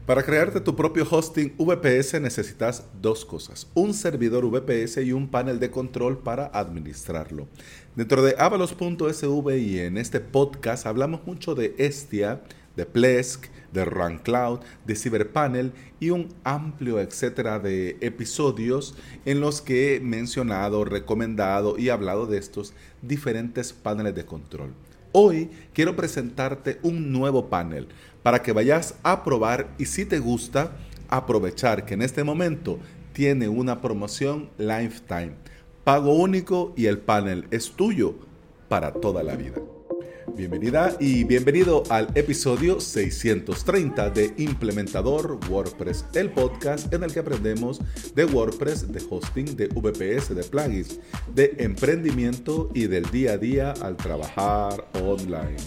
Para crearte tu propio hosting VPS necesitas dos cosas, un servidor VPS y un panel de control para administrarlo. Dentro de Avalos.sv y en este podcast hablamos mucho de Estia, de Plesk, de RunCloud, de CyberPanel y un amplio etcétera de episodios en los que he mencionado, recomendado y hablado de estos diferentes paneles de control. Hoy quiero presentarte un nuevo panel para que vayas a probar y si te gusta, aprovechar que en este momento tiene una promoción Lifetime, pago único y el panel es tuyo para toda la vida. Bienvenida y bienvenido al episodio 630 de Implementador WordPress, el podcast en el que aprendemos de WordPress, de hosting, de VPS, de plugins, de emprendimiento y del día a día al trabajar online.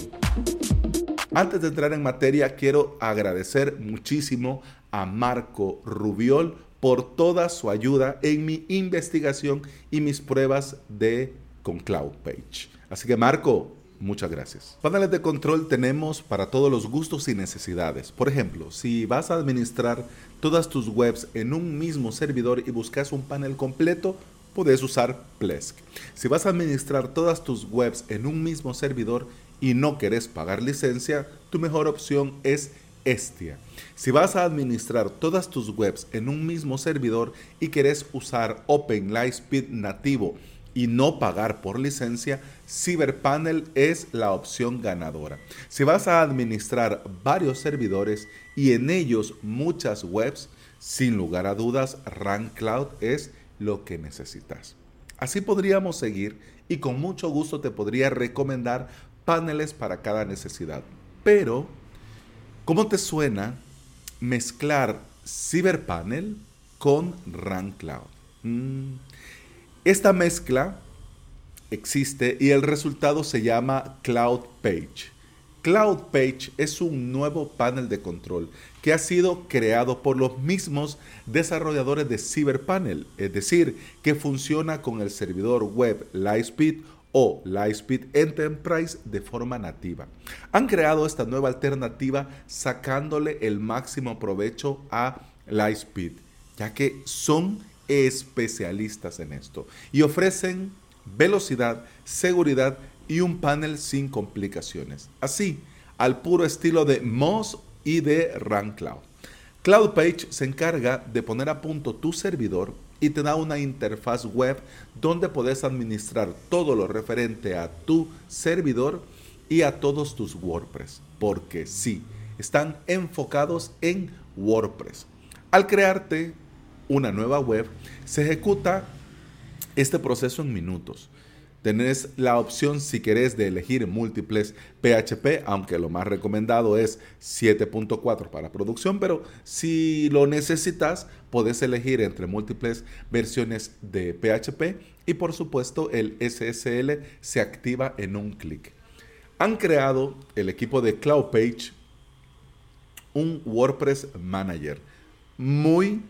Antes de entrar en materia, quiero agradecer muchísimo a Marco Rubiol por toda su ayuda en mi investigación y mis pruebas con CloudPage. Así que Marco, muchas gracias. Paneles de control tenemos para todos los gustos y necesidades. Por ejemplo, si vas a administrar todas tus webs en un mismo servidor y buscas un panel completo, puedes usar Plesk. Si vas a administrar todas tus webs en un mismo servidor y no querés pagar licencia, tu mejor opción es Estia. Si vas a administrar todas tus webs en un mismo servidor y querés usar Open Lightspeed nativo y no pagar por licencia, CyberPanel es la opción ganadora. Si vas a administrar varios servidores y en ellos muchas webs, sin lugar a dudas, RunCloud es lo que necesitas. Así podríamos seguir y con mucho gusto te podría recomendar paneles para cada necesidad. Pero, ¿cómo te suena mezclar CyberPanel con RunCloud? Esta mezcla existe y el resultado se llama CloudPage. CloudPage es un nuevo panel de control que ha sido creado por los mismos desarrolladores de CyberPanel, es decir, que funciona con el servidor web Lightspeed o Lightspeed Enterprise de forma nativa. Han creado esta nueva alternativa sacándole el máximo provecho a Lightspeed, ya que son especialistas en esto y ofrecen velocidad, seguridad y un panel sin complicaciones. Así, al puro estilo de Moz y de RunCloud. CloudPage se encarga de poner a punto tu servidor y te da una interfaz web donde puedes administrar todo lo referente a tu servidor y a todos tus WordPress, porque sí, están enfocados en WordPress. Al crearte una nueva web, se ejecuta este proceso en minutos. Tenés la opción, si querés, de elegir múltiples PHP, aunque lo más recomendado es 7.4 para producción, pero si lo necesitas, podés elegir entre múltiples versiones de PHP y por supuesto el SSL se activa en un clic. Han creado el equipo de CloudPage un WordPress Manager muy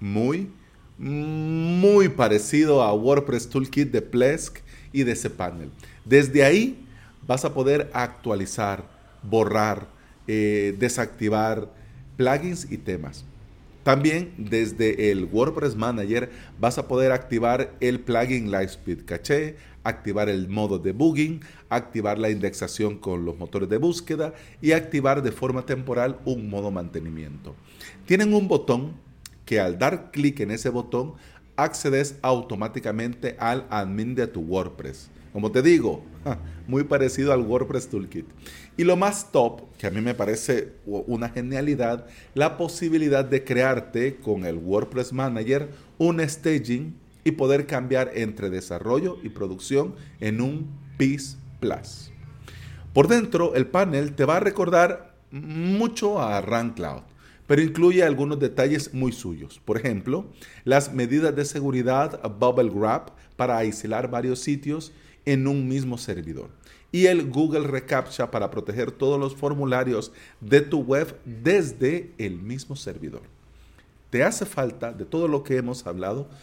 parecido a WordPress Toolkit de Plesk y de cPanel. Desde ahí vas a poder actualizar, borrar, desactivar plugins y temas. También desde el WordPress Manager vas a poder activar el plugin Lightspeed Cache, activar el modo debugging, activar la indexación con los motores de búsqueda y activar de forma temporal un modo mantenimiento. Tienen un botón que al dar clic en ese botón accedes automáticamente al admin de tu WordPress. Como te digo, muy parecido al WordPress Toolkit. Y lo más top, que a mí me parece una genialidad, la posibilidad de crearte con el WordPress Manager un staging y poder cambiar entre desarrollo y producción en un PIS Plus. Por dentro, el panel te va a recordar mucho a RunCloud, pero incluye algunos detalles muy suyos. Por ejemplo, las medidas de seguridad Bubble Wrap para aislar varios sitios en un mismo servidor. Y el Google Recaptcha para proteger todos los formularios de tu web desde el mismo servidor. ¿Te hace falta, de todo lo que hemos hablado,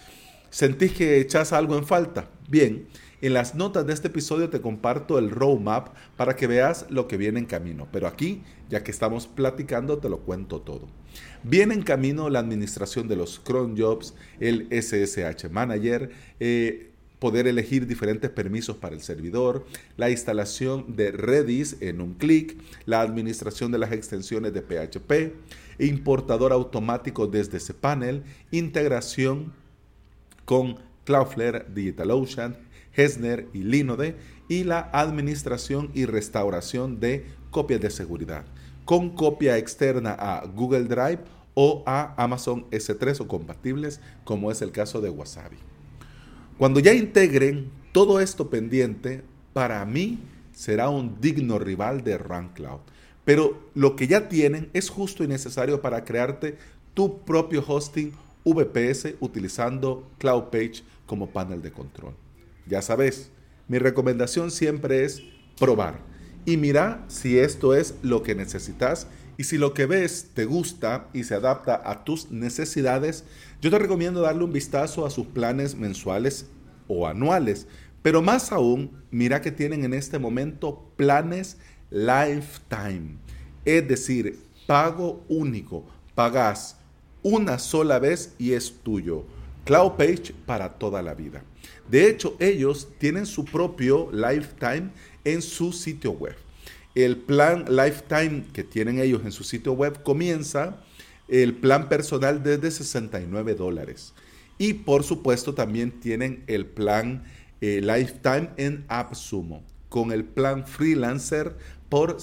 ¿Sentís que echas algo en falta? Bien, en las notas de este episodio te comparto el roadmap para que veas lo que viene en camino. Pero aquí, ya que estamos platicando, te lo cuento todo. Viene en camino la administración de los cron jobs, el SSH Manager, poder elegir diferentes permisos para el servidor, la instalación de Redis en un clic, la administración de las extensiones de PHP, importador automático desde cPanel, integración con Cloudflare, DigitalOcean, Hessner y Linode, y la administración y restauración de copias de seguridad, con copia externa a Google Drive o a Amazon S3 o compatibles, como es el caso de Wasabi. Cuando ya integren todo esto pendiente, para mí será un digno rival de RunCloud. Pero lo que ya tienen es justo y necesario para crearte tu propio hosting VPS utilizando CloudPage como panel de control. Ya sabes, mi recomendación siempre es probar y mira si esto es lo que necesitas, y si lo que ves te gusta y se adapta a tus necesidades, yo te recomiendo darle un vistazo a sus planes mensuales o anuales. Pero más aún, mira que tienen en este momento planes lifetime. Es decir, pago único. Pagas una sola vez y es tuyo. CloudPage para toda la vida. De hecho, ellos tienen su propio lifetime en su sitio web. El plan lifetime que tienen ellos en su sitio web comienza el plan personal desde $69. Y por supuesto también tienen el plan lifetime en AppSumo con el plan freelancer por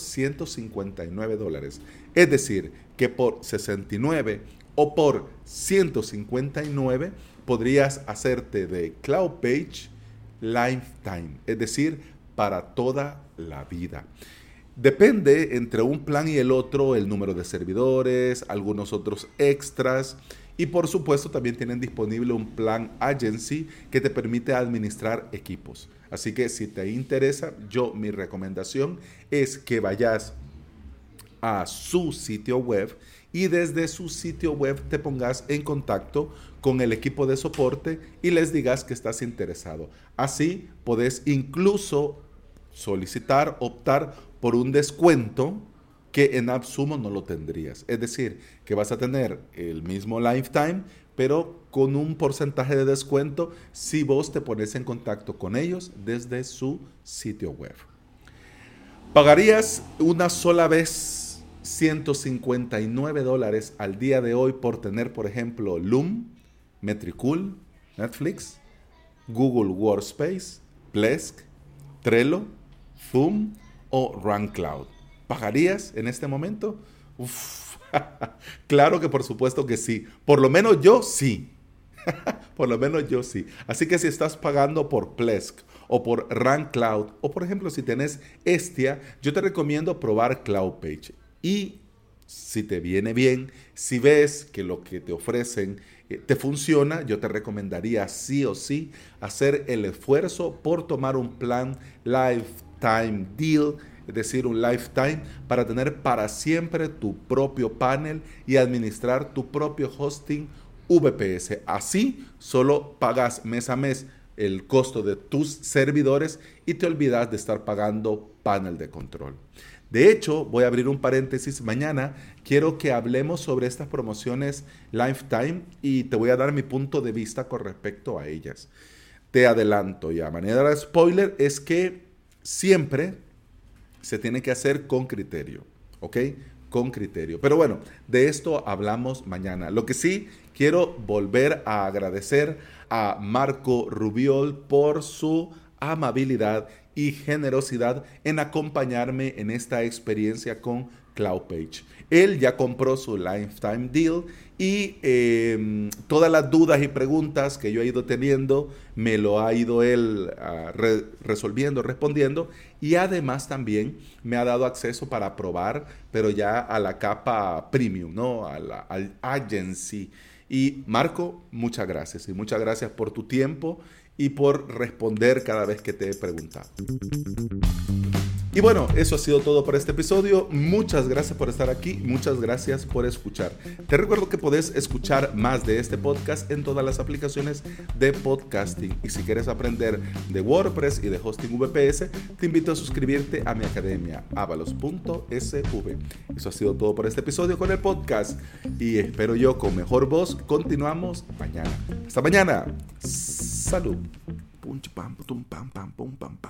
$159. Es decir, que por 69 o por 159 podrías hacerte de CloudPage lifetime, es decir, para toda la vida. Depende entre un plan y el otro el número de servidores, algunos otros extras, y por supuesto también tienen disponible un plan agency que te permite administrar equipos. Así que si te interesa, mi recomendación es que vayas a su sitio web y desde su sitio web te pongas en contacto con el equipo de soporte y les digas que estás interesado. Así podés incluso solicitar, optar por un descuento que en AppSumo no lo tendrías. Es decir, que vas a tener el mismo lifetime, pero con un porcentaje de descuento si vos te pones en contacto con ellos desde su sitio web. ¿Pagarías una sola vez $159 al día de hoy por tener, por ejemplo, Loom, Metricool, Netflix, Google Workspace, Plesk, Trello, Zoom o RunCloud? ¿Pagarías en este momento? Uf, claro que por supuesto que sí. Por lo menos yo sí. Por lo menos yo sí. Así que si estás pagando por Plesk o por RunCloud, o por ejemplo si tenés Estia, yo te recomiendo probar CloudPage. Y si te viene bien, si ves que lo que te ofrecen te funciona, yo te recomendaría sí o sí hacer el esfuerzo por tomar un plan Lifetime Deal, es decir, un lifetime, para tener para siempre tu propio panel y administrar tu propio hosting VPS. Así solo pagas mes a mes el costo de tus servidores y te olvidas de estar pagando panel de control. De hecho, voy a abrir un paréntesis. Mañana quiero que hablemos sobre estas promociones lifetime y te voy a dar mi punto de vista con respecto a ellas. Te adelanto ya, a manera de spoiler, es que siempre se tiene que hacer con criterio, ¿ok? Con criterio. Pero bueno, de esto hablamos mañana. Lo que sí, quiero volver a agradecer a Marco Rubiol por su amabilidad y generosidad en acompañarme en esta experiencia con CloudPage. Él ya compró su Lifetime Deal y todas las dudas y preguntas que yo he ido teniendo me lo ha ido él resolviendo, respondiendo, y además también me ha dado acceso para probar, pero ya a la capa premium, ¿no? Al agency. Y Marco, muchas gracias, y muchas gracias por tu tiempo y por responder cada vez que te he preguntado. Y bueno, eso ha sido todo por este episodio. Muchas gracias por estar aquí, muchas gracias por escuchar. Te recuerdo que podés escuchar más de este podcast en todas las aplicaciones de podcasting. Y si quieres aprender de WordPress y de hosting VPS, te invito a suscribirte a mi academia, avalos.sv. Eso ha sido todo por este episodio con el podcast. Y espero yo con mejor voz. Continuamos mañana. Hasta mañana. Salud. Pum, pam, pum, pam, pam, pum, pam.